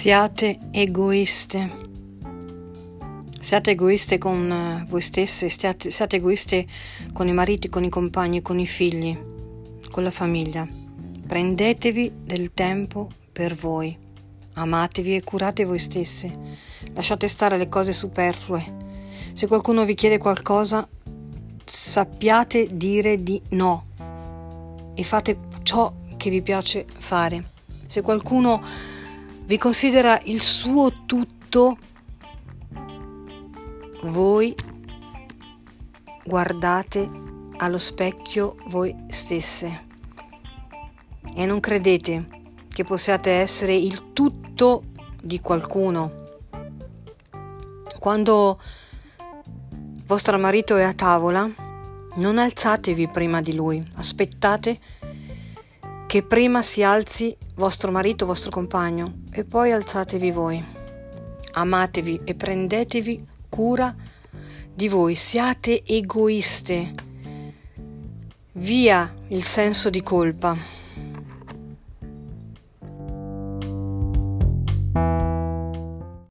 Siate egoiste. Siate egoiste con voi stesse, siate egoiste con i mariti, con i compagni, con i figli, con la famiglia. Prendetevi del tempo per voi. Amatevi e curate voi stesse. Lasciate stare le cose superflue. Se qualcuno vi chiede qualcosa, sappiate dire di no e fate ciò che vi piace fare. Se qualcuno vi considera il suo tutto, voi guardate allo specchio voi stesse e non credete che possiate essere il tutto di qualcuno. Quando vostro marito è a tavola, non alzatevi prima di lui, aspettate che prima si alzi vostro marito, vostro compagno, e poi alzatevi voi. Amatevi e prendetevi cura di voi, siate egoiste. Via il senso di colpa.